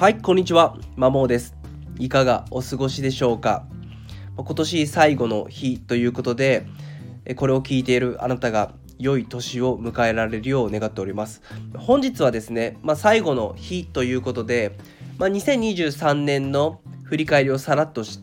はい、こんにちは。まもです。いかがお過ごしでしょうか。今年最後の日ということで、これを聞いているあなたが良い年を迎えられるよう願っております。本日はですね、最後の日ということで、2023年の振り返りをさらっとして、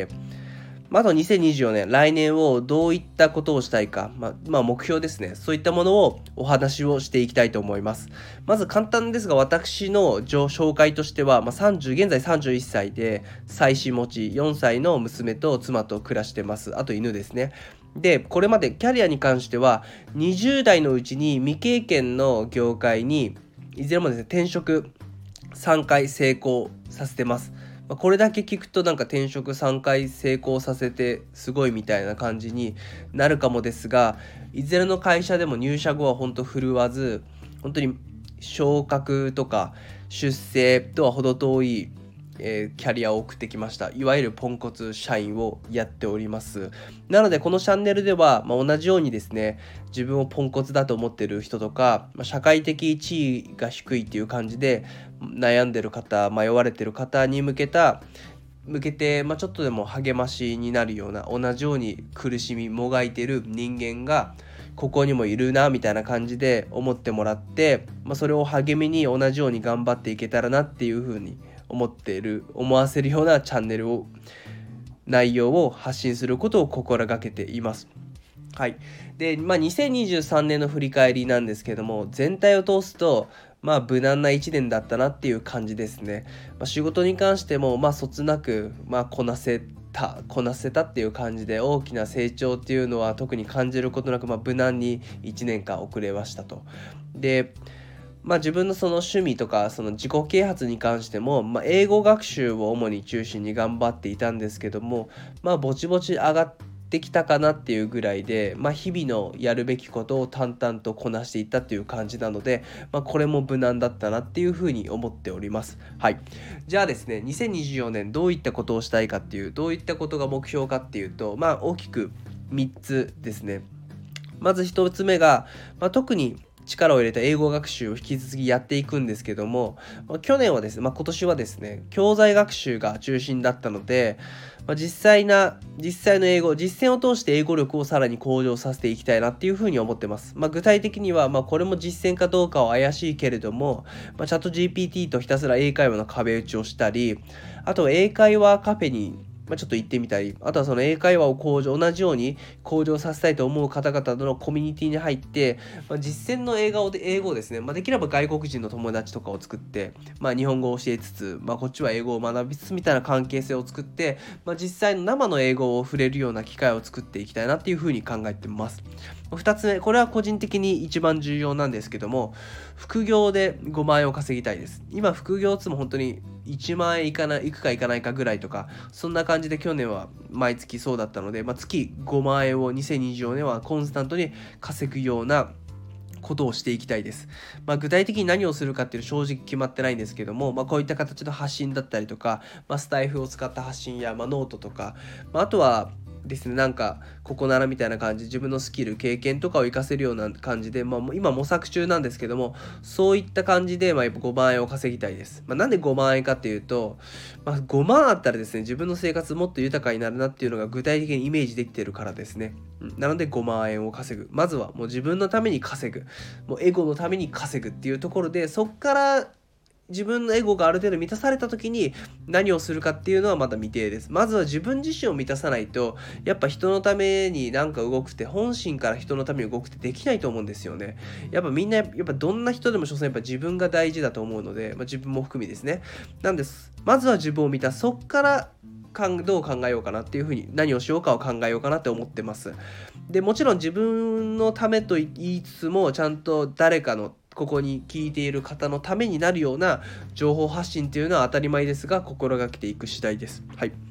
あと2024年、来年をどういったことをしたいか、目標ですね。そういったものをお話をしていきたいと思います。まず簡単ですが、私の紹介としては、現在31歳で、妻子持ち、4歳の娘と妻と暮らしてます。あと犬ですね。で、これまでキャリアに関しては、20代のうちに未経験の業界に、いずれもですね、転職3回成功させてます。これだけ聞くとなんか転職3回成功させてすごいみたいな感じになるかもですが、いずれの会社でも入社後は本当振るわず、本当に昇格とか出世とは程遠いキャリアを送ってきました。いわゆるポンコツ社員をやっております。なのでこのチャンネルでは、同じようにですね、自分をポンコツだと思っている人とか、社会的地位が低いっていう感じで悩んでる方、迷われてる方に向けて、ちょっとでも励ましになるような、同じように苦しみもがいている人間がここにもいるなみたいな感じで思ってもらって、それを励みに同じように頑張っていけたらなっていう風に思わせるようなチャンネル内容を発信することを心がけています。はい。で、2023年の振り返りなんですけども、全体を通すと、無難な1年だったなっていう感じですね。仕事に関しても、そつなく、こなせたっていう感じで、大きな成長っていうのは特に感じることなく、無難に1年間遅れましたと。で、自分のその趣味とかその自己啓発に関しても、英語学習を主に中心に頑張っていたんですけども、ぼちぼち上がってきたかなっていうぐらいで、日々のやるべきことを淡々とこなしていったっていう感じなので、これも無難だったなっていうふうに思っております。はい。じゃあですね、2024年どういったことをしたいかっていう、どういったことが目標かっていうと、大きく3つですね。まず1つ目が、特に力を入れた英語学習を引き続きやっていくんですけども、去年はですね、今年はですね、教材学習が中心だったので、実際の英語、実践を通して英語力をさらに向上させていきたいなっていうふうに思ってます。具体的には、これも実践かどうかは怪しいけれども、チャット GPT とひたすら英会話の壁打ちをしたり、あと英会話カフェにちょっと行ってみたり、あとはその英会話を同じように向上させたいと思う方々のコミュニティに入って、実践の英語をですね、できれば外国人の友達とかを作って、日本語を教えつつ、こっちは英語を学びつつみたいな関係性を作って、実際の生の英語を触れるような機会を作っていきたいなっていうふうに考えています。2つ目、これは個人的に一番重要なんですけども、副業で5万円を稼ぎたいです。今、副業つも本当に1万円いくかいかないかぐらいとか、そんな感じで去年は毎月そうだったので、月5万円を2024年はコンスタントに稼ぐようなことをしていきたいです。具体的に何をするかっていう正直決まってないんですけども、こういった形の発信だったりとか、スタイフを使った発信や、ノートとか、あとはですね、ここならみたいな感じ、自分のスキル経験とかを活かせるような感じで、今模索中なんですけども、そういった感じで、5万円を稼ぎたいです。なんで5万円かっていうと、5万あったらですね、自分の生活もっと豊かになるなっていうのが具体的にイメージできてるからですね。なので5万円を稼ぐ。まずはもう自分のために稼ぐ。もうエゴのために稼ぐっていうところで、そっから自分のエゴがある程度満たされた時に何をするかっていうのはまだ未定です。まずは自分自身を満たさないと、やっぱ人のために動くって、本心から人のために動くってできないと思うんですよね。やっぱみんな、どんな人でも所詮自分が大事だと思うので、自分も含みですね。なんです。まずは自分を満たす。そっからどう考えようかなっていうふうに、何をしようかを考えようかなって思ってます。で、もちろん自分のためと言いつつも、ちゃんと誰かのここに聞いている方のためになるような情報発信っていうのは当たり前ですが、心がけていく次第です。はい。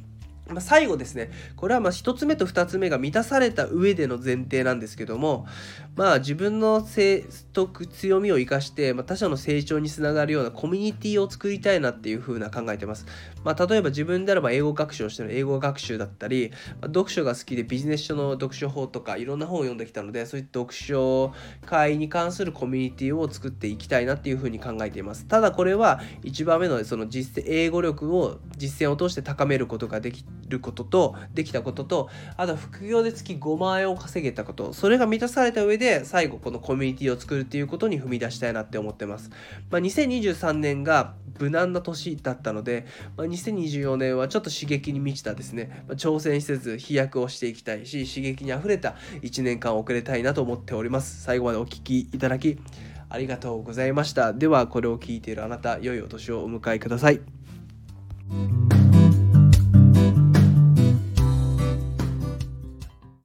最後ですね、これは1つ目と2つ目が満たされた上での前提なんですけども、自分の強みを生かして、他者の成長につながるようなコミュニティを作りたいなっていう風な考えてます。例えば自分であれば英語学習をしている英語学習だったり、読書が好きでビジネス書の読書法とかいろんな本を読んできたので、そういった読書会に関するコミュニティを作っていきたいなっていう風に考えています。ただこれは1番目のその英語力を実践を通して高めることができたことと、あとは副業で月5万円を稼げたこと、それが満たされた上で最後このコミュニティを作るっていうことに踏み出したいなって思ってます。2023年が無難な年だったので、2024年はちょっと刺激に満ちたですね、挑戦しつつ飛躍をしていきたいし、刺激にあふれた1年間を送れたいなと思っております。最後までお聞きいただきありがとうございました。ではこれを聞いているあなた、良いお年をお迎えください。